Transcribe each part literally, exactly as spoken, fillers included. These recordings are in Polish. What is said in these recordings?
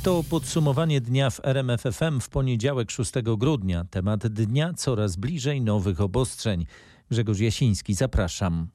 To podsumowanie dnia w R M F F M w poniedziałek szóstego grudnia. Temat dnia coraz bliżej nowych obostrzeń. Grzegorz Jasiński, zapraszam.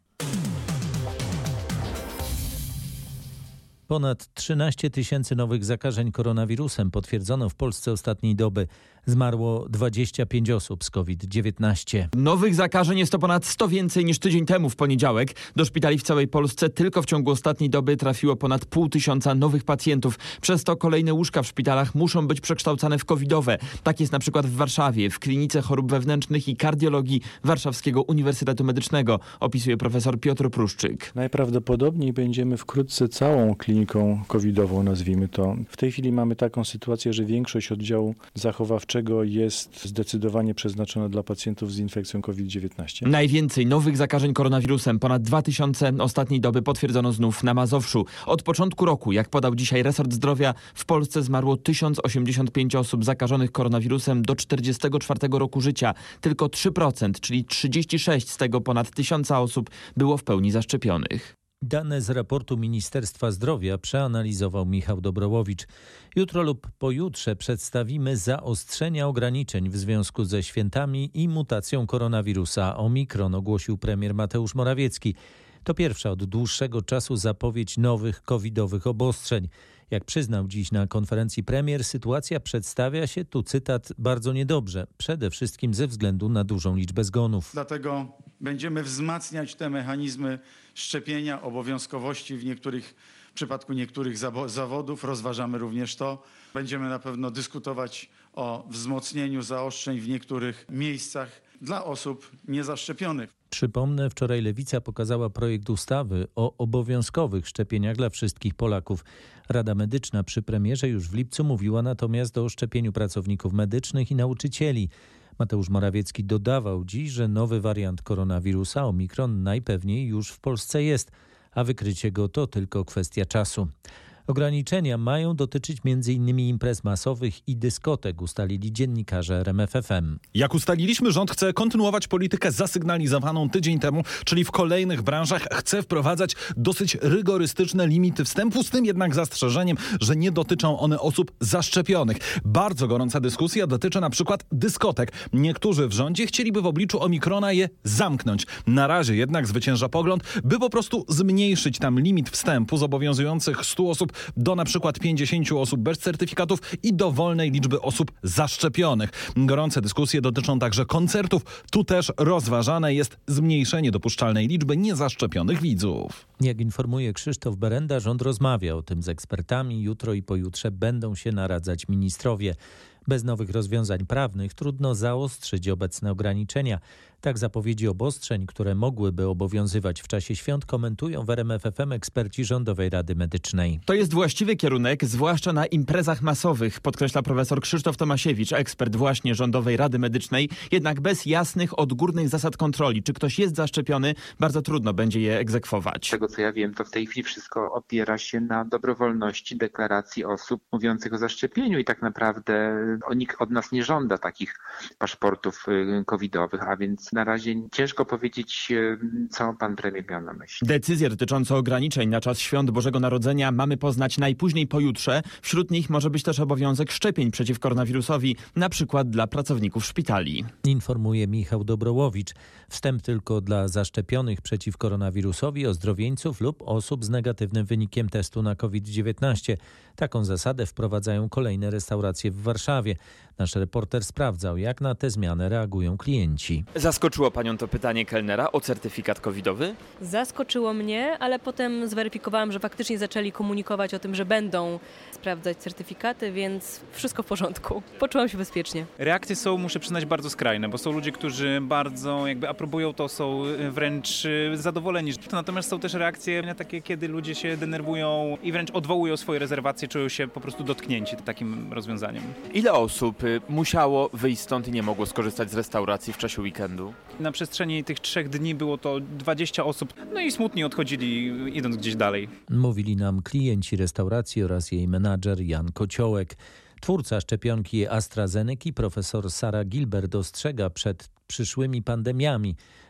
Ponad trzynaście tysięcy nowych zakażeń koronawirusem potwierdzono w Polsce ostatniej doby. Zmarło dwadzieścia pięć osób z COVID dziewiętnaście. Nowych zakażeń jest to ponad sto więcej niż tydzień temu w poniedziałek. Do szpitali w całej Polsce tylko w ciągu ostatniej doby trafiło ponad pół tysiąca nowych pacjentów. Przez to kolejne łóżka w szpitalach muszą być przekształcane w covidowe. Tak jest na przykład w Warszawie, w Klinice Chorób Wewnętrznych i Kardiologii Warszawskiego Uniwersytetu Medycznego, opisuje profesor Piotr Pruszczyk. Najprawdopodobniej będziemy wkrótce całą kliniką covidową, nazwijmy to. W tej chwili mamy taką sytuację, że większość oddziału zachowawczego jest zdecydowanie przeznaczona dla pacjentów z infekcją COVID dziewiętnaście. Najwięcej nowych zakażeń koronawirusem, ponad dwa tysiące ostatniej doby, potwierdzono znów na Mazowszu. Od początku roku, jak podał dzisiaj resort zdrowia, w Polsce zmarło tysiąc osiemdziesiąt pięć osób zakażonych koronawirusem do czterdziestego czwartego roku życia. Tylko trzy procent, czyli trzydzieści sześć z tego ponad tysiąca osób było w pełni zaszczepionych. Dane z raportu Ministerstwa Zdrowia przeanalizował Michał Dobrołowicz. Jutro lub pojutrze przedstawimy zaostrzenia ograniczeń w związku ze świętami i mutacją koronawirusa Omikron, ogłosił premier Mateusz Morawiecki. To pierwsza od dłuższego czasu zapowiedź nowych covidowych obostrzeń. Jak przyznał dziś na konferencji premier, sytuacja przedstawia się, tu cytat, bardzo niedobrze, przede wszystkim ze względu na dużą liczbę zgonów. Dlatego będziemy wzmacniać te mechanizmy szczepienia, obowiązkowości w niektórych w przypadku niektórych zawodów. Rozważamy również to. Będziemy na pewno dyskutować o wzmocnieniu zaostrzeń w niektórych miejscach dla osób niezaszczepionych. Przypomnę, wczoraj Lewica pokazała projekt ustawy o obowiązkowych szczepieniach dla wszystkich Polaków. Rada Medyczna przy premierze już w lipcu mówiła natomiast o szczepieniu pracowników medycznych i nauczycieli. Mateusz Morawiecki dodawał dziś, że nowy wariant koronawirusa Omikron najpewniej już w Polsce jest, a wykrycie go to tylko kwestia czasu. Ograniczenia mają dotyczyć między innymi imprez masowych i dyskotek, ustalili dziennikarze R M F F M. Jak ustaliliśmy, rząd chce kontynuować politykę zasygnalizowaną tydzień temu, czyli w kolejnych branżach chce wprowadzać dosyć rygorystyczne limity wstępu, z tym jednak zastrzeżeniem, że nie dotyczą one osób zaszczepionych. Bardzo gorąca dyskusja dotyczy na przykład dyskotek. Niektórzy w rządzie chcieliby w obliczu Omikrona je zamknąć. Na razie jednak zwycięża pogląd, by po prostu zmniejszyć tam limit wstępu z obowiązujących stu osób do na przykład pięćdziesięciu osób bez certyfikatów i dowolnej liczby osób zaszczepionych. Gorące dyskusje dotyczą także koncertów. Tu też rozważane jest zmniejszenie dopuszczalnej liczby niezaszczepionych widzów. Jak informuje Krzysztof Berenda, rząd rozmawia o tym z ekspertami. Jutro i pojutrze będą się naradzać ministrowie. Bez nowych rozwiązań prawnych trudno zaostrzyć obecne ograniczenia. Tak zapowiedzi obostrzeń, które mogłyby obowiązywać w czasie świąt, komentują w R M F F M eksperci Rządowej Rady Medycznej. To jest właściwy kierunek, zwłaszcza na imprezach masowych, podkreśla profesor Krzysztof Tomasiewicz, ekspert właśnie Rządowej Rady Medycznej. Jednak bez jasnych, odgórnych zasad kontroli, czy ktoś jest zaszczepiony, bardzo trudno będzie je egzekwować. Z tego co ja wiem, to w tej chwili wszystko opiera się na dobrowolności deklaracji osób mówiących o zaszczepieniu i tak naprawdę nikt od nas nie żąda takich paszportów covidowych, a więc na razie ciężko powiedzieć, co pan premier miał na myśli. Decyzje dotyczące ograniczeń na czas świąt Bożego Narodzenia mamy poznać najpóźniej pojutrze. Wśród nich może być też obowiązek szczepień przeciw koronawirusowi, na przykład dla pracowników szpitali. Informuje Michał Dobrołowicz. Wstęp tylko dla zaszczepionych przeciw koronawirusowi, ozdrowieńców lub osób z negatywnym wynikiem testu na COVID dziewiętnaście. Taką zasadę wprowadzają kolejne restauracje w Warszawie. Nasz reporter sprawdzał, jak na tę zmianę reagują klienci. Zaskoczyło panią to pytanie kelnera o certyfikat covidowy? Zaskoczyło mnie, ale potem zweryfikowałam, że faktycznie zaczęli komunikować o tym, że będą sprawdzać certyfikaty, więc wszystko w porządku. Poczułam się bezpiecznie. Reakcje są, muszę przyznać, bardzo skrajne, bo są ludzie, którzy bardzo jakby aprobują to, są wręcz zadowoleni. Natomiast są też reakcje takie, kiedy ludzie się denerwują i wręcz odwołują swoje rezerwacje, czują się po prostu dotknięci takim rozwiązaniem. Ile osób musiało wyjść stąd i nie mogło skorzystać z restauracji w czasie weekendu? Na przestrzeni tych trzech dni było to dwadzieścia osób, no i smutni odchodzili, idąc gdzieś dalej. Mówili nam klienci restauracji oraz jej menadżer Jan Kociołek. Twórca szczepionki AstraZeneki, profesor Sara Gilbert, ostrzega przed przyszłymi pandemiami.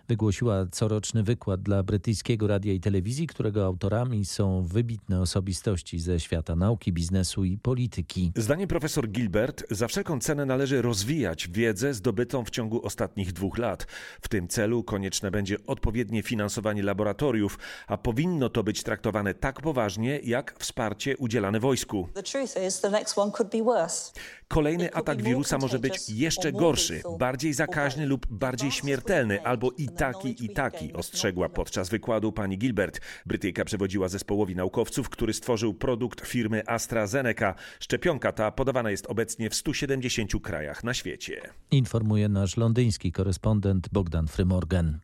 Wygłosiła coroczny wykład dla brytyjskiego radia i telewizji, którego autorami są wybitne osobistości ze świata nauki, biznesu i polityki. Zdaniem profesor Gilbert za wszelką cenę należy rozwijać wiedzę zdobytą w ciągu ostatnich dwóch lat. W tym celu konieczne będzie odpowiednie finansowanie laboratoriów, a powinno to być traktowane tak poważnie, jak wsparcie udzielane wojsku. Kolejny atak wirusa może być jeszcze gorszy, bardziej zakaźny lub bardziej śmiertelny, albo i taki, i taki, ostrzegła podczas wykładu pani Gilbert. Brytyjka przewodziła zespołowi naukowców, który stworzył produkt firmy AstraZeneca. Szczepionka ta podawana jest obecnie w stu siedemdziesięciu krajach na świecie. Informuje nasz londyński korespondent Bogdan Frymorgan.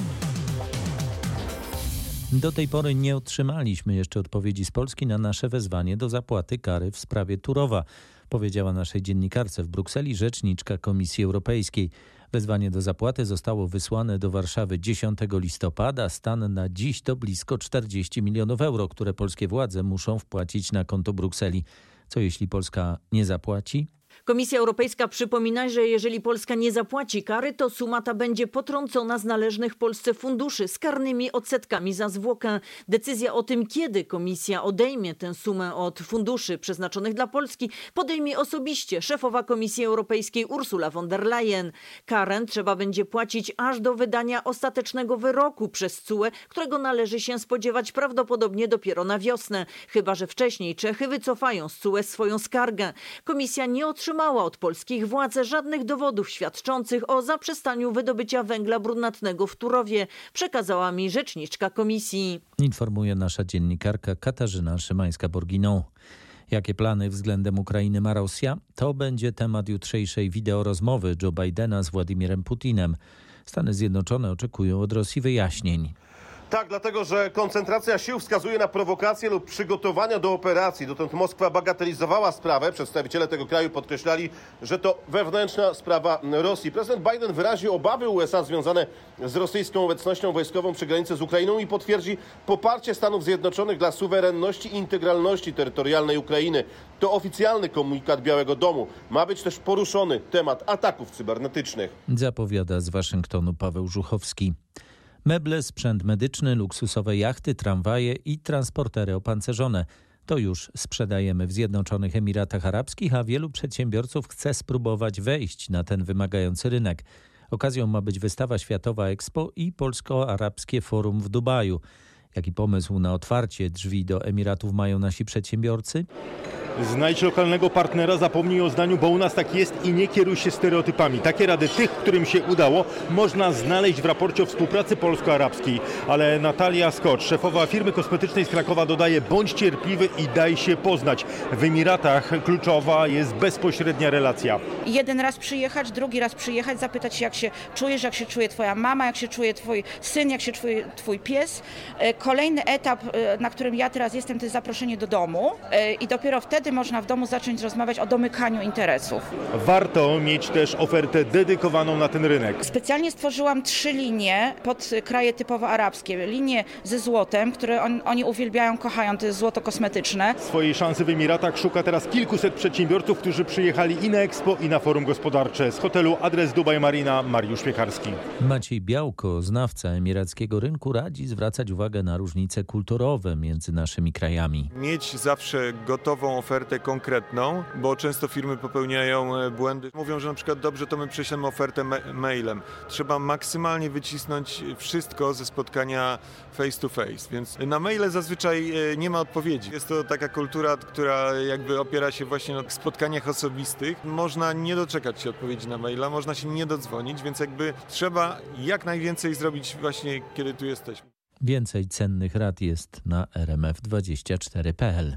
Do tej pory nie otrzymaliśmy jeszcze odpowiedzi z Polski na nasze wezwanie do zapłaty kary w sprawie Turowa, powiedziała naszej dziennikarce w Brukseli rzeczniczka Komisji Europejskiej. Wezwanie do zapłaty zostało wysłane do Warszawy dziesiątego listopada. Stan na dziś to blisko czterdzieści milionów euro, które polskie władze muszą wpłacić na konto Brukseli. Co jeśli Polska nie zapłaci? Komisja Europejska przypomina, że jeżeli Polska nie zapłaci kary, to suma ta będzie potrącona z należnych Polsce funduszy z karnymi odsetkami za zwłokę. Decyzja o tym, kiedy Komisja odejmie tę sumę od funduszy przeznaczonych dla Polski, podejmie osobiście szefowa Komisji Europejskiej Ursula von der Leyen. Karę trzeba będzie płacić aż do wydania ostatecznego wyroku przez C U E, którego należy się spodziewać prawdopodobnie dopiero na wiosnę. Chyba że wcześniej Czechy wycofają z C U E swoją skargę. Komisja nie otrzymała otrzymała od polskich władz żadnych dowodów świadczących o zaprzestaniu wydobycia węgla brunatnego w Turowie, przekazała mi rzeczniczka komisji. Informuje nasza dziennikarka Katarzyna Szymańska-Borginą. Jakie plany względem Ukrainy ma Rosja? To będzie temat jutrzejszej wideorozmowy Joe Bidena z Władimirem Putinem. Stany Zjednoczone oczekują od Rosji wyjaśnień. Tak, dlatego że koncentracja sił wskazuje na prowokacje lub przygotowania do operacji. Dotąd Moskwa bagatelizowała sprawę. Przedstawiciele tego kraju podkreślali, że to wewnętrzna sprawa Rosji. Prezydent Biden wyraził obawy U S A związane z rosyjską obecnością wojskową przy granicy z Ukrainą i potwierdzi poparcie Stanów Zjednoczonych dla suwerenności i integralności terytorialnej Ukrainy. To oficjalny komunikat Białego Domu. Ma być też poruszony temat ataków cybernetycznych. Zapowiada z Waszyngtonu Paweł Żuchowski. Meble, sprzęt medyczny, luksusowe jachty, tramwaje i transportery opancerzone. To już sprzedajemy w Zjednoczonych Emiratach Arabskich, a wielu przedsiębiorców chce spróbować wejść na ten wymagający rynek. Okazją ma być wystawa światowa Expo i Polsko-Arabskie Forum w Dubaju. Jaki pomysł na otwarcie drzwi do Emiratów mają nasi przedsiębiorcy? Znajdź lokalnego partnera, zapomnij o zdaniu, bo u nas tak jest i nie kieruj się stereotypami. Takie rady tych, którym się udało, można znaleźć w raporcie o współpracy polsko-arabskiej. Ale Natalia Scott, szefowa firmy kosmetycznej z Krakowa, dodaje: bądź cierpliwy i daj się poznać. W Emiratach kluczowa jest bezpośrednia relacja. Jeden raz przyjechać, drugi raz przyjechać, zapytać się, jak się czujesz, jak się czuje twoja mama, jak się czuje twój syn, jak się czuje twój pies. Kolejny etap, na którym ja teraz jestem, to jest zaproszenie do domu i dopiero wtedy można w domu zacząć rozmawiać o domykaniu interesów. Warto mieć też ofertę dedykowaną na ten rynek. Specjalnie stworzyłam trzy linie pod kraje typowo arabskie. Linie ze złotem, które on, oni uwielbiają, kochają, to jest złoto kosmetyczne. Swojej szansy w Emiratach szuka teraz kilkuset przedsiębiorców, którzy przyjechali i na Expo, i na forum gospodarcze. Z hotelu Adres Dubaj Marina, Mariusz Piekarski. Maciej Białko, znawca emirackiego rynku, radzi zwracać uwagę na różnice kulturowe między naszymi krajami. Mieć zawsze gotową ofertę konkretną, bo często firmy popełniają błędy. Mówią, że na przykład dobrze, to my prześlemy ofertę ma- mailem. Trzeba maksymalnie wycisnąć wszystko ze spotkania face to face, więc na maile zazwyczaj nie ma odpowiedzi. Jest to taka kultura, która jakby opiera się właśnie na spotkaniach osobistych. Można nie doczekać się odpowiedzi na maila, można się nie dodzwonić, więc jakby trzeba jak najwięcej zrobić właśnie, kiedy tu jesteśmy. Więcej cennych rad jest na r m f dwadzieścia cztery kropka p l.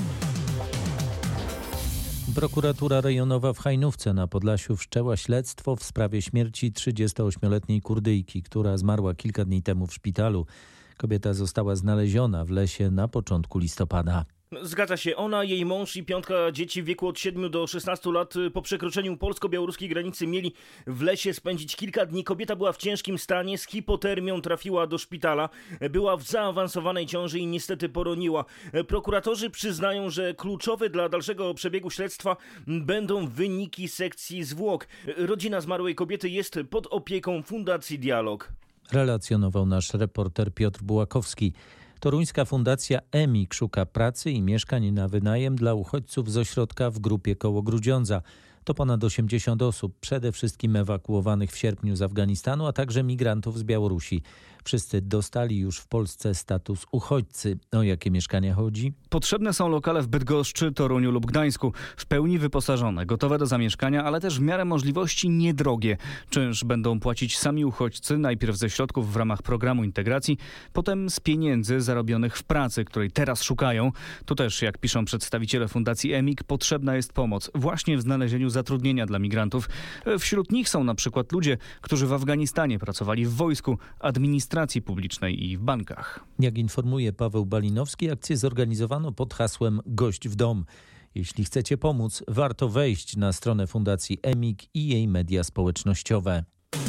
Prokuratura rejonowa w Hajnówce na Podlasiu wszczęła śledztwo w sprawie śmierci trzydziestoośmioletniej Kurdyjki, która zmarła kilka dni temu w szpitalu. Kobieta została znaleziona w lesie na początku listopada. Zgadza się, ona, jej mąż i piątka dzieci w wieku od siedmiu do szesnastu lat po przekroczeniu polsko-białoruskiej granicy mieli w lesie spędzić kilka dni. Kobieta była w ciężkim stanie, z hipotermią trafiła do szpitala, była w zaawansowanej ciąży i niestety poroniła. Prokuratorzy przyznają, że kluczowe dla dalszego przebiegu śledztwa będą wyniki sekcji zwłok. Rodzina zmarłej kobiety jest pod opieką Fundacji Dialog. relacjonował nasz reporter Piotr Bułakowski. Toruńska fundacja EMIK szuka pracy i mieszkań na wynajem dla uchodźców z ośrodka w grupie koło Grudziądza. To ponad osiemdziesiąt osób, przede wszystkim ewakuowanych w sierpniu z Afganistanu, a także migrantów z Białorusi. Wszyscy dostali już w Polsce status uchodźcy. O jakie mieszkania chodzi? Potrzebne są lokale w Bydgoszczy, Toruniu lub Gdańsku. W pełni wyposażone, gotowe do zamieszkania, ale też w miarę możliwości niedrogie. Czynsz będą płacić sami uchodźcy, najpierw ze środków w ramach programu integracji, potem z pieniędzy zarobionych w pracy, której teraz szukają. Tu też, jak piszą przedstawiciele Fundacji EMIK, potrzebna jest pomoc właśnie w znalezieniu zatrudnienia dla migrantów. Wśród nich są na przykład ludzie, którzy w Afganistanie pracowali w wojsku, administracji publicznej i w bankach. Jak informuje Paweł Balinowski, akcję zorganizowano pod hasłem Gość w dom. Jeśli chcecie pomóc, warto wejść na stronę Fundacji EMIK i jej media społecznościowe.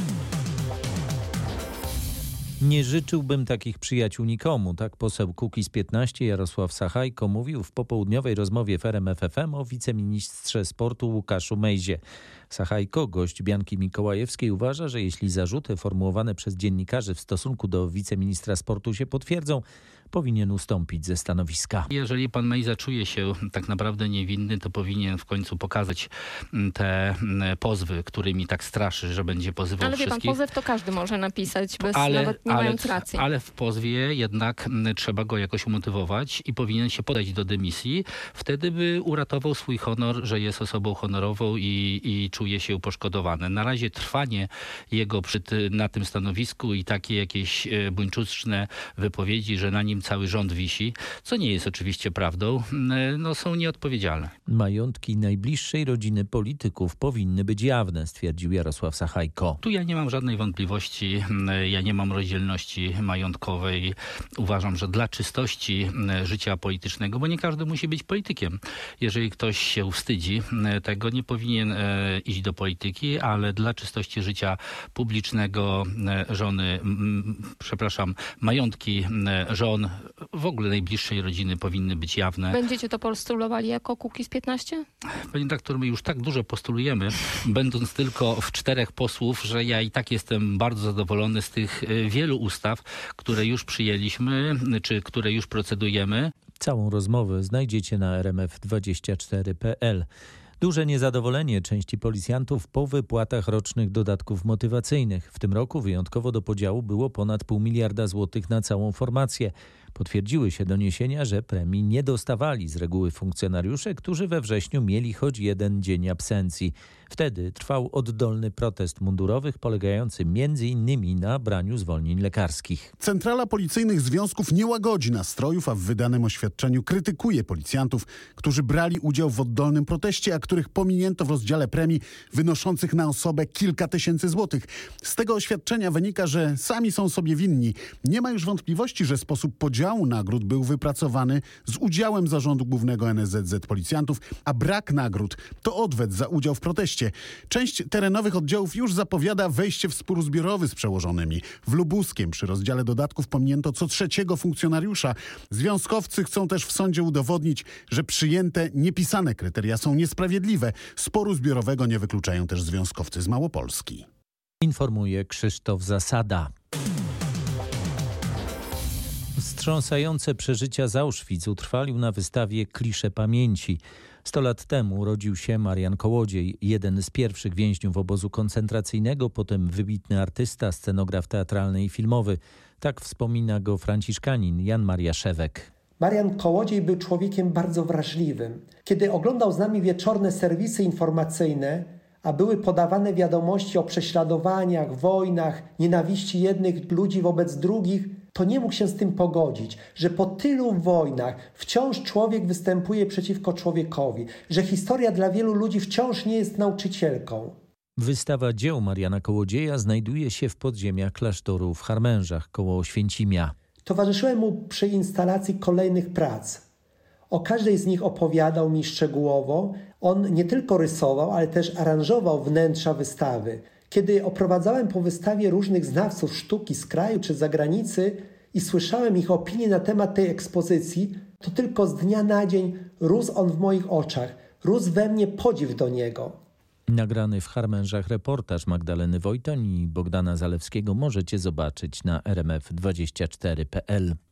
Nie życzyłbym takich przyjaciół nikomu, tak poseł Kukiz piętnaście Jarosław Sachajko mówił w popołudniowej rozmowie w R M F F M o wiceministrze sportu Łukaszu Mejzie. Sachajko, gość Bianki Mikołajewskiej, uważa, że jeśli zarzuty formułowane przez dziennikarzy w stosunku do wiceministra sportu się potwierdzą, powinien ustąpić ze stanowiska. Jeżeli pan Mejza czuje się tak naprawdę niewinny, to powinien w końcu pokazać te pozwy, którymi tak straszy, że będzie pozywał ale wszystkich. Ale wie pan, pozew to każdy może napisać, bez ale, nawet nie ale, mając racji. Ale w pozwie jednak trzeba go jakoś umotywować i powinien się podać do dymisji. Wtedy by uratował swój honor, że jest osobą honorową i, i czuje się poszkodowany. Na razie trwanie jego przy ty, na tym stanowisku i takie jakieś buńczuczne wypowiedzi, że na nim cały rząd wisi, co nie jest oczywiście prawdą, no są nieodpowiedzialne. Majątki najbliższej rodziny polityków powinny być jawne, stwierdził Jarosław Sachajko. Tu ja nie mam żadnej wątpliwości, ja nie mam rozdzielności majątkowej. Uważam, że dla czystości życia politycznego, bo nie każdy musi być politykiem. Jeżeli ktoś się wstydzi tego, nie powinien iść do polityki, ale dla czystości życia publicznego żony, przepraszam, majątki żon, w ogóle najbliższej rodziny powinny być jawne. Będziecie to postulowali jako Kukiz piętnaście? Panie doktor, my już tak dużo postulujemy, będąc tylko w czterech posłów, że ja i tak jestem bardzo zadowolony z tych wielu ustaw, które już przyjęliśmy, czy które już procedujemy. Całą rozmowę znajdziecie na r m f dwadzieścia cztery kropka p l. Duże niezadowolenie części policjantów po wypłatach rocznych dodatków motywacyjnych. W tym roku wyjątkowo do podziału było ponad pół miliarda złotych na całą formację. Potwierdziły się doniesienia, że premii nie dostawali z reguły funkcjonariusze, którzy we wrześniu mieli choć jeden dzień absencji. Wtedy trwał oddolny protest mundurowych polegający między innymi na braniu zwolnień lekarskich. Centrala Policyjnych Związków nie łagodzi nastrojów, a w wydanym oświadczeniu krytykuje policjantów, którzy brali udział w oddolnym proteście, a których pominięto w rozdziale premii wynoszących na osobę kilka tysięcy złotych. Z tego oświadczenia wynika, że sami są sobie winni. Nie ma już wątpliwości, że sposób podziału nagród był wypracowany z udziałem Zarządu Głównego N S Z Z Policjantów, a brak nagród to odwet za udział w proteście. Część terenowych oddziałów już zapowiada wejście w spór zbiorowy z przełożonymi. W Lubuskiem przy rozdziale dodatków pominięto co trzeciego funkcjonariusza. Związkowcy chcą też w sądzie udowodnić, że przyjęte, niepisane kryteria są niesprawiedliwe. Sporu zbiorowego nie wykluczają też związkowcy z Małopolski. Informuje Krzysztof Zasada. Wstrząsające przeżycia z Auschwitz utrwalił na wystawie Klisze Pamięci. Sto lat temu urodził się Marian Kołodziej, jeden z pierwszych więźniów obozu koncentracyjnego, potem wybitny artysta, scenograf teatralny i filmowy. Tak wspomina go franciszkanin Jan Maria Szewek. Marian Kołodziej był człowiekiem bardzo wrażliwym. Kiedy oglądał z nami wieczorne serwisy informacyjne, a były podawane wiadomości o prześladowaniach, wojnach, nienawiści jednych ludzi wobec drugich, to nie mógł się z tym pogodzić, że po tylu wojnach wciąż człowiek występuje przeciwko człowiekowi, że historia dla wielu ludzi wciąż nie jest nauczycielką. Wystawa dzieł Mariana Kołodzieja znajduje się w podziemiach klasztoru w Harmężach koło Oświęcimia. Towarzyszyłem mu przy instalacji kolejnych prac. O każdej z nich opowiadał mi szczegółowo. On nie tylko rysował, ale też aranżował wnętrza wystawy. Kiedy oprowadzałem po wystawie różnych znawców sztuki z kraju czy z zagranicy i słyszałem ich opinie na temat tej ekspozycji, to tylko z dnia na dzień rósł on w moich oczach, rósł we mnie podziw do niego. Nagrany w Harmężach reportaż Magdaleny Wojtoń i Bogdana Zalewskiego możecie zobaczyć na r m f dwadzieścia cztery kropka p l.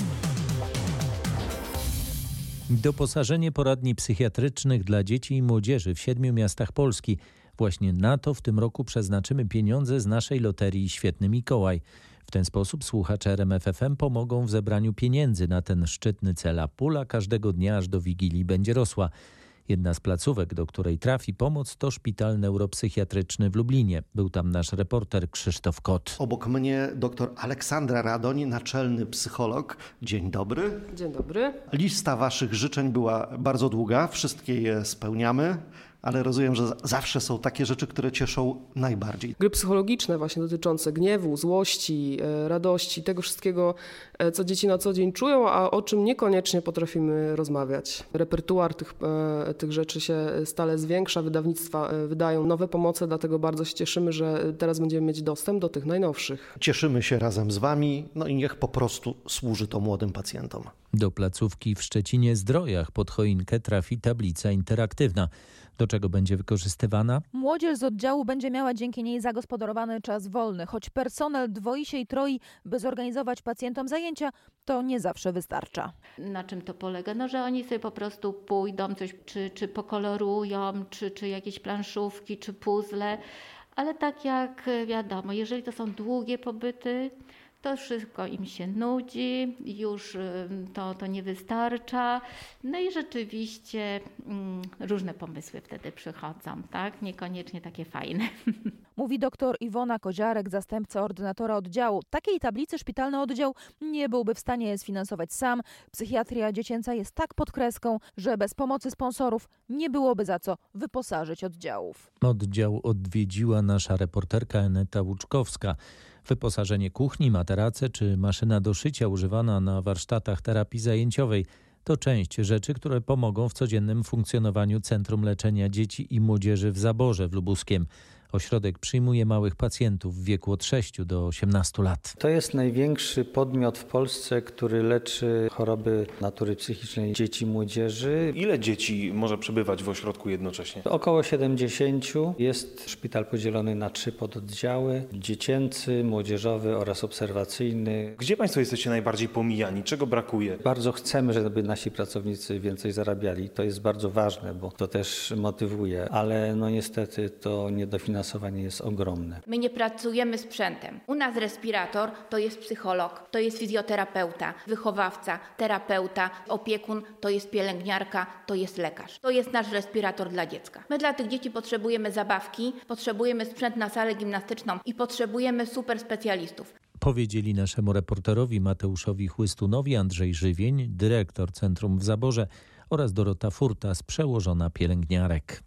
Doposażenie poradni psychiatrycznych dla dzieci i młodzieży w siedmiu miastach Polski. Właśnie na to w tym roku przeznaczymy pieniądze z naszej loterii Świetny Mikołaj. W ten sposób słuchacze R M F F M pomogą w zebraniu pieniędzy na ten szczytny cel, a pula każdego dnia aż do Wigilii będzie rosła. Jedna z placówek, do której trafi pomoc, to szpital neuropsychiatryczny w Lublinie. Był tam nasz reporter Krzysztof Kot. Obok mnie dr Aleksandra Radoń, naczelny psycholog. Dzień dobry. Dzień dobry. Lista waszych życzeń była bardzo długa, wszystkie je spełniamy. Ale rozumiem, że zawsze są takie rzeczy, które cieszą najbardziej. Gry psychologiczne właśnie dotyczące gniewu, złości, radości, tego wszystkiego, co dzieci na co dzień czują, a o czym niekoniecznie potrafimy rozmawiać. Repertuar tych, tych rzeczy się stale zwiększa, wydawnictwa wydają nowe pomoce, dlatego bardzo się cieszymy, że teraz będziemy mieć dostęp do tych najnowszych. Cieszymy się razem z wami, no i niech po prostu służy to młodym pacjentom. Do placówki w Szczecinie-Zdrojach pod choinkę trafi tablica interaktywna. Do czego będzie wykorzystywana? Młodzież z oddziału będzie miała dzięki niej zagospodarowany czas wolny. Choć personel dwoi się i troi, by zorganizować pacjentom zajęcia, to nie zawsze wystarcza. Na czym to polega? No, że oni sobie po prostu pójdą, coś czy, czy pokolorują, czy, czy jakieś planszówki, czy puzzle. Ale tak jak wiadomo, jeżeli to są długie pobyty, to wszystko im się nudzi, już to, to nie wystarcza. No i rzeczywiście mm, różne pomysły wtedy przychodzą, tak? Niekoniecznie takie fajne. Mówi doktor Iwona Koziarek, zastępca ordynatora oddziału. Takiej tablicy szpitalny oddział nie byłby w stanie sfinansować sam. Psychiatria dziecięca jest tak pod kreską, że bez pomocy sponsorów nie byłoby za co wyposażyć oddziałów. Oddział odwiedziła nasza reporterka Aneta Łuczkowska. Wyposażenie kuchni, materace czy maszyna do szycia używana na warsztatach terapii zajęciowej to część rzeczy, które pomogą w codziennym funkcjonowaniu Centrum Leczenia Dzieci i Młodzieży w Zaborze w Lubuskiem. Ośrodek przyjmuje małych pacjentów w wieku od sześciu do osiemnastu lat. To jest największy podmiot w Polsce, który leczy choroby natury psychicznej dzieci i młodzieży. Ile dzieci może przebywać w ośrodku jednocześnie? Około siedemdziesięciu. Jest szpital podzielony na trzy pododdziały. Dziecięcy, młodzieżowy oraz obserwacyjny. Gdzie Państwo jesteście najbardziej pomijani? Czego brakuje? Bardzo chcemy, żeby nasi pracownicy więcej zarabiali. To jest bardzo ważne, bo to też motywuje, ale no niestety to niedofinansowanie jest ogromne. My nie pracujemy sprzętem. U nas respirator to jest psycholog, to jest fizjoterapeuta, wychowawca, terapeuta, opiekun, to jest pielęgniarka, to jest lekarz. To jest nasz respirator dla dziecka. My dla tych dzieci potrzebujemy zabawki, potrzebujemy sprzęt na salę gimnastyczną i potrzebujemy super specjalistów. Powiedzieli naszemu reporterowi Mateuszowi Chłystunowi Andrzej Żywień, dyrektor Centrum w Zaborze, oraz Dorota Furtas, przełożona pielęgniarek.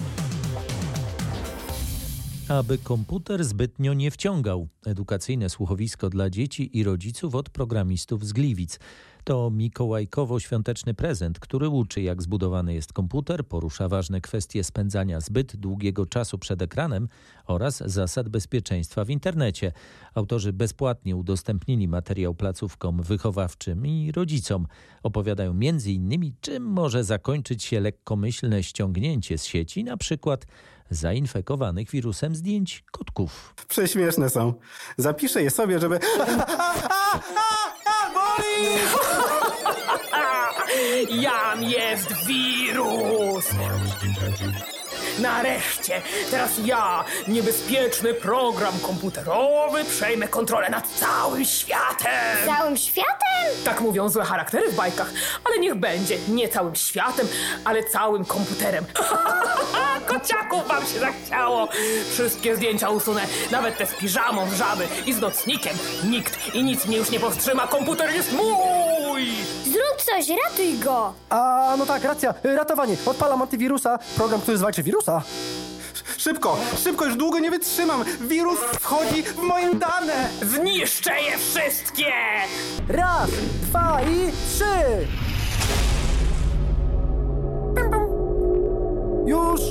Aby komputer zbytnio nie wciągał. Edukacyjne słuchowisko dla dzieci i rodziców od programistów z Gliwic. To mikołajkowo-świąteczny prezent, który uczy, jak zbudowany jest komputer, porusza ważne kwestie spędzania zbyt długiego czasu przed ekranem oraz zasad bezpieczeństwa w internecie. Autorzy bezpłatnie udostępnili materiał placówkom wychowawczym i rodzicom. Opowiadają między innymi, czym może zakończyć się lekkomyślne ściągnięcie z sieci, na przykład zainfekowanych wirusem zdjęć kotków. Prześmieszne są. Zapiszę je sobie, żeby... Boli! Jam jest wirus! Nareszcie, teraz ja, niebezpieczny program komputerowy, przejmę kontrolę nad całym światem! Całym światem? Tak mówią złe charaktery w bajkach, ale niech będzie, nie całym światem, ale całym komputerem. Kociaków wam się zachciało! Wszystkie zdjęcia usunę, nawet te z piżamą, z żaby i z nocnikiem. Nikt i nic mnie już nie powstrzyma, komputer jest mój! Zrób coś, ratuj go! A, no tak, racja, ratowanie. Odpalam antywirusa, program, który zwalczy wirusa. Szybko, szybko, już długo nie wytrzymam. Wirus wchodzi w moje dane. Zniszczę je wszystkie! Raz, dwa i trzy. Już.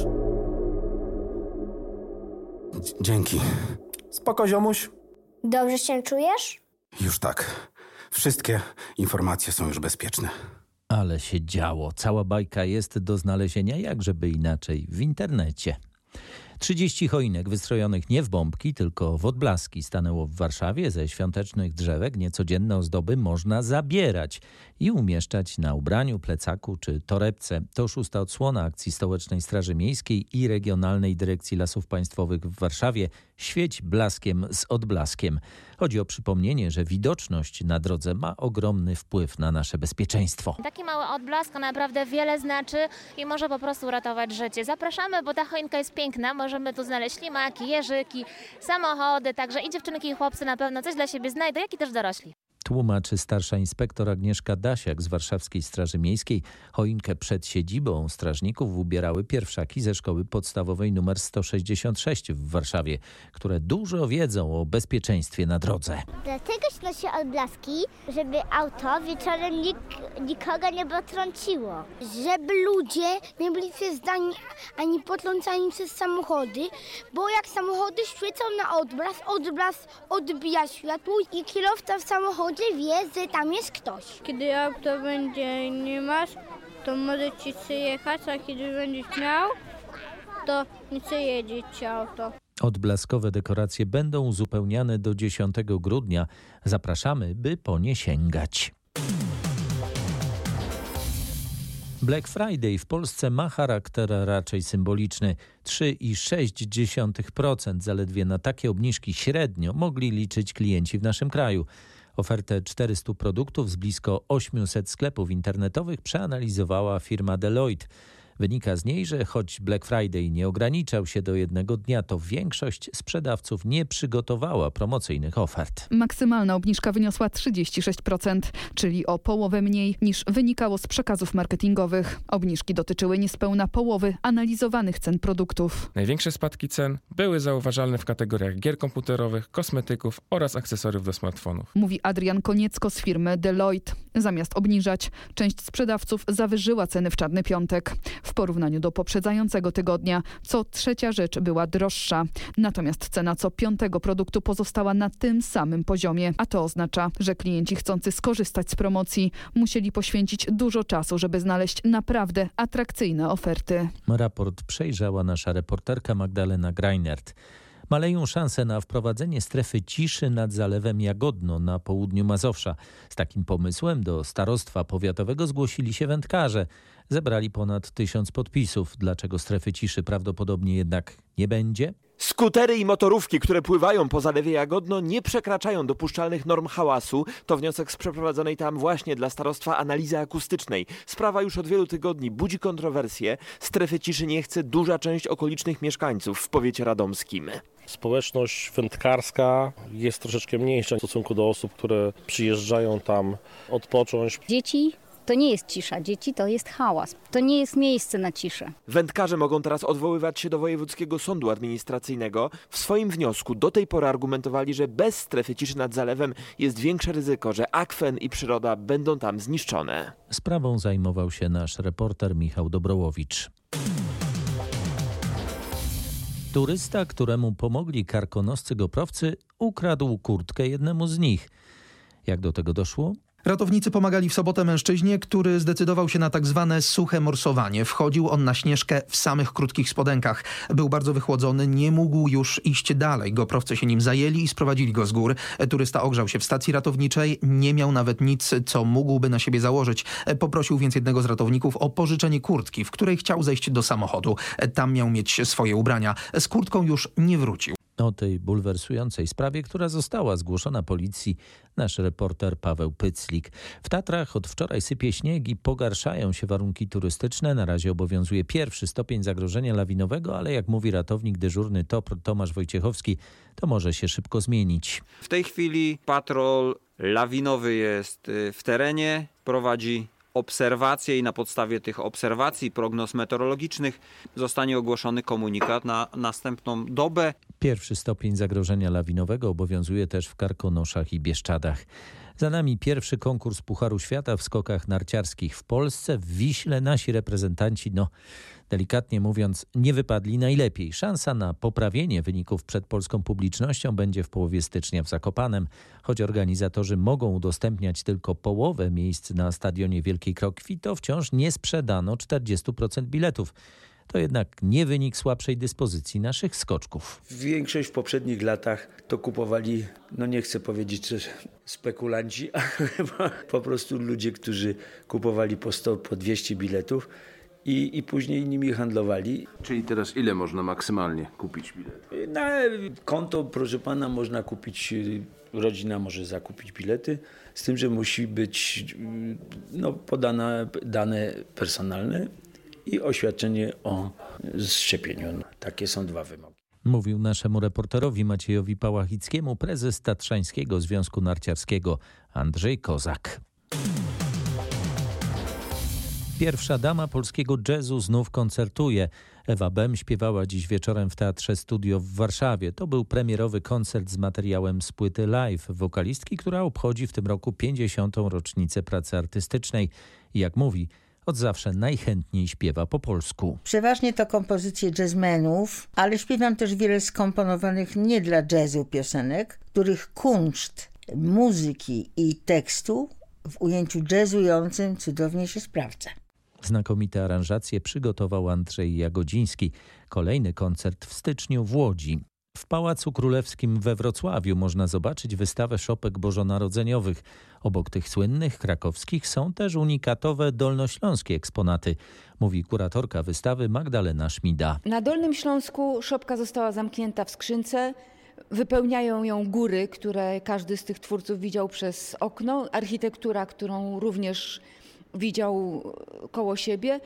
Dzięki. Spoko, ziomuś. Dobrze się czujesz? Już tak. Wszystkie informacje są już bezpieczne. Ale się działo. Cała bajka jest do znalezienia, jak żeby inaczej, w internecie. trzydzieści choinek wystrojonych nie w bombki, tylko w odblaski stanęło w Warszawie. Ze świątecznych drzewek niecodzienne ozdoby można zabierać i umieszczać na ubraniu, plecaku czy torebce. To szósta odsłona akcji Stołecznej Straży Miejskiej i Regionalnej Dyrekcji Lasów Państwowych w Warszawie Świeć blaskiem z odblaskiem. Chodzi o przypomnienie, że widoczność na drodze ma ogromny wpływ na nasze bezpieczeństwo. Taki mały odblask naprawdę wiele znaczy i może po prostu uratować życie. Zapraszamy, bo ta choinka jest piękna. Możemy tu znaleźć ślimaki, jeżyki, samochody, także i dziewczynki i chłopcy na pewno coś dla siebie znajdą, jak i też dorośli. Tłumaczy starsza inspektor Agnieszka Dasiak z Warszawskiej Straży Miejskiej. Choinkę przed siedzibą strażników ubierały pierwszaki ze szkoły podstawowej nr sto sześćdziesiąt sześć w Warszawie, które dużo wiedzą o bezpieczeństwie na drodze. Dlatego się nosi odblaski, żeby auto wieczorem nik, nikogo nie potrąciło. Żeby ludzie nie byli przezdani ani potrącani przez samochody, bo jak samochody świecą na odblask, odblask odbija światło i kierowca w samochodzie wie, że tam jest ktoś. Kiedy auto będzie nie masz, to może ci przyjechać, a kiedy będziesz miał, to nie przyjedzie ci auto. Odblaskowe dekoracje będą uzupełniane do dziesiątego grudnia. Zapraszamy, by po nie sięgać. Black Friday w Polsce ma charakter raczej symboliczny. trzy i sześć dziesiątych procent zaledwie na takie obniżki średnio mogli liczyć klienci w naszym kraju. Ofertę czterystu produktów z blisko osiemset sklepów internetowych przeanalizowała firma Deloitte. Wynika z niej, że choć Black Friday nie ograniczał się do jednego dnia, to większość sprzedawców nie przygotowała promocyjnych ofert. Maksymalna obniżka wyniosła trzydzieści sześć procent, czyli o połowę mniej niż wynikało z przekazów marketingowych. Obniżki dotyczyły niespełna połowy analizowanych cen produktów. Największe spadki cen były zauważalne w kategoriach gier komputerowych, kosmetyków oraz akcesoriów do smartfonów. Mówi Adrian Koniecko z firmy Deloitte. Zamiast obniżać, część sprzedawców zawyżyła ceny w Czarny Piątek. W porównaniu do poprzedzającego tygodnia co trzecia rzecz była droższa. Natomiast cena co piątego produktu pozostała na tym samym poziomie. A to oznacza, że klienci chcący skorzystać z promocji musieli poświęcić dużo czasu, żeby znaleźć naprawdę atrakcyjne oferty. Raport przejrzała nasza reporterka Magdalena Greinert. Maleją szanse na wprowadzenie strefy ciszy nad Zalewem Jagodno na południu Mazowsza. Z takim pomysłem do starostwa powiatowego zgłosili się wędkarze. Zebrali ponad tysiąc podpisów. Dlaczego strefy ciszy prawdopodobnie jednak nie będzie? Skutery i motorówki, które pływają po Zalewie Jagodno, nie przekraczają dopuszczalnych norm hałasu. To wniosek z przeprowadzonej tam właśnie dla starostwa analizy akustycznej. Sprawa już od wielu tygodni budzi kontrowersje. Strefy ciszy nie chce duża część okolicznych mieszkańców w powiecie radomskim. Społeczność wędkarska jest troszeczkę mniejsza w stosunku do osób, które przyjeżdżają tam odpocząć. Dzieci to nie jest cisza, dzieci to jest hałas. To nie jest miejsce na ciszę. Wędkarze mogą teraz odwoływać się do Wojewódzkiego Sądu Administracyjnego. W swoim wniosku do tej pory argumentowali, że bez strefy ciszy nad zalewem jest większe ryzyko, że akwen i przyroda będą tam zniszczone. Sprawą zajmował się nasz reporter Michał Dobrołowicz. Turysta, któremu pomogli karkonoscy goprowcy, ukradł kurtkę jednemu z nich. Jak do tego doszło? Ratownicy pomagali w sobotę mężczyźnie, który zdecydował się na tak zwane suche morsowanie. Wchodził on na Śnieżkę w samych krótkich spodenkach. Był bardzo wychłodzony, nie mógł już iść dalej. Goprowcy się nim zajęli i sprowadzili go z gór. Turysta ogrzał się w stacji ratowniczej, nie miał nawet nic, co mógłby na siebie założyć. Poprosił więc jednego z ratowników o pożyczenie kurtki, w której chciał zejść do samochodu. Tam miał mieć swoje ubrania. Z kurtką już nie wrócił. O tej bulwersującej sprawie, która została zgłoszona policji, nasz reporter Paweł Pyclik. W Tatrach od wczoraj sypie śnieg i pogarszają się warunki turystyczne. Na razie obowiązuje pierwszy stopień zagrożenia lawinowego, ale jak mówi ratownik dyżurny T O P R Tomasz Wojciechowski, to może się szybko zmienić. W tej chwili patrol lawinowy jest w terenie, prowadzi obserwacje i na podstawie tych obserwacji, prognoz meteorologicznych zostanie ogłoszony komunikat na następną dobę. Pierwszy stopień zagrożenia lawinowego obowiązuje też w Karkonoszach i Bieszczadach. Za nami pierwszy konkurs Pucharu Świata w skokach narciarskich w Polsce. W Wiśle nasi reprezentanci, no delikatnie mówiąc, nie wypadli najlepiej. Szansa na poprawienie wyników przed polską publicznością będzie w połowie stycznia w Zakopanem. Choć organizatorzy mogą udostępniać tylko połowę miejsc na stadionie Wielkiej Krokwi, to wciąż nie sprzedano czterdziestu procent biletów. To jednak nie wynik słabszej dyspozycji naszych skoczków. Większość w poprzednich latach to kupowali, no nie chcę powiedzieć, że spekulanci, ale po prostu ludzie, którzy kupowali po sto, po dwieście biletów i, i później nimi handlowali. Czyli teraz ile można maksymalnie kupić bilet? Na konto, proszę pana, można kupić, rodzina może zakupić bilety, z tym, że musi być no, podane dane personalne i oświadczenie o szczepieniu. Takie są dwa wymogi. Mówił naszemu reporterowi Maciejowi Pałachickiemu prezes Tatrzańskiego Związku Narciarskiego Andrzej Kozak. Pierwsza dama polskiego jazzu znów koncertuje. Ewa Bem śpiewała dziś wieczorem w Teatrze Studio w Warszawie. To był premierowy koncert z materiałem z płyty live wokalistki, która obchodzi w tym roku pięćdziesiątą rocznicę pracy artystycznej. I jak mówi, od zawsze najchętniej śpiewa po polsku. Przeważnie to kompozycje jazzmenów, ale śpiewam też wiele skomponowanych nie dla jazzu piosenek, których kunszt muzyki i tekstu w ujęciu jazzującym cudownie się sprawdza. Znakomite aranżacje przygotował Andrzej Jagodziński. Kolejny koncert w styczniu w Łodzi. W Pałacu Królewskim we Wrocławiu można zobaczyć wystawę szopek bożonarodzeniowych. Obok tych słynnych krakowskich są też unikatowe dolnośląskie eksponaty, mówi kuratorka wystawy Magdalena Szmida. Na Dolnym Śląsku szopka została zamknięta w skrzynce. Wypełniają ją góry, które każdy z tych twórców widział przez okno. Architektura, którą również widział koło siebie.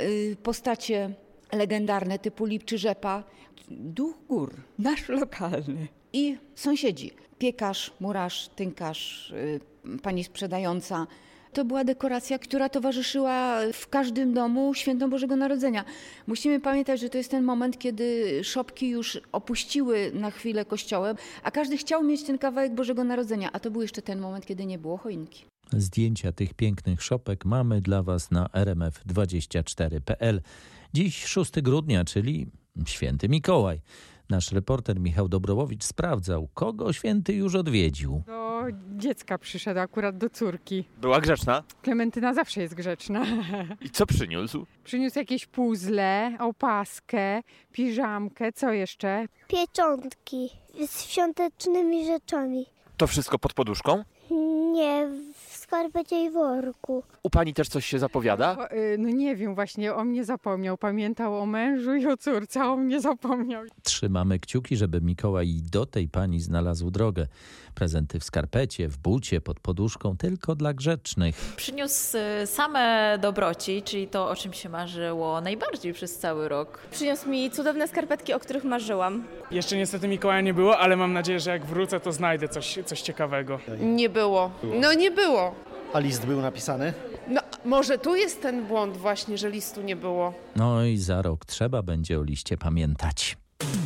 Postacie legendarne typu Lipczy Rzepa. Duch gór, nasz lokalny. I sąsiedzi. Piekarz, murarz, tynkarz, pani sprzedająca. To była dekoracja, która towarzyszyła w każdym domu świętom Bożego Narodzenia. Musimy pamiętać, że to jest ten moment, kiedy szopki już opuściły na chwilę kościołem, a każdy chciał mieć ten kawałek Bożego Narodzenia, a to był jeszcze ten moment, kiedy nie było choinki. Zdjęcia tych pięknych szopek mamy dla Was na r m f dwadzieścia cztery kropka p l. Dziś szóstego grudnia, czyli Święty Mikołaj. Nasz reporter Michał Dobrowowicz sprawdzał, kogo święty już odwiedził. Do dziecka przyszedł, akurat do córki. Była grzeczna? Klementyna zawsze jest grzeczna. I co przyniósł? Przyniósł jakieś puzzle, opaskę, piżamkę, co jeszcze? Pieczątki z świątecznymi rzeczami. To wszystko pod poduszką? Nie, w skarpecie i worku. U pani też coś się zapowiada? No, no nie wiem, właśnie o mnie zapomniał. Pamiętał o mężu i o córce, a o mnie zapomniał. Trzymamy kciuki, żeby Mikołaj do tej pani znalazł drogę. Prezenty w skarpecie, w bucie, pod poduszką, tylko dla grzecznych. Przyniósł same dobroci, czyli to, o czym się marzyło najbardziej przez cały rok. Przyniósł mi cudowne skarpetki, o których marzyłam. Jeszcze niestety Mikołaja nie było, ale mam nadzieję, że jak wrócę, to znajdę coś, coś ciekawego. Nie było. No nie było. A list był napisany? No może tu jest ten błąd właśnie, że listu nie było. No i za rok trzeba będzie o liście pamiętać.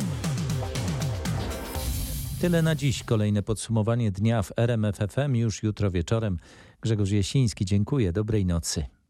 Tyle na dziś. Kolejne podsumowanie dnia w R M F F M już jutro wieczorem. Grzegorz Jasiński, dziękuję. Dobrej nocy.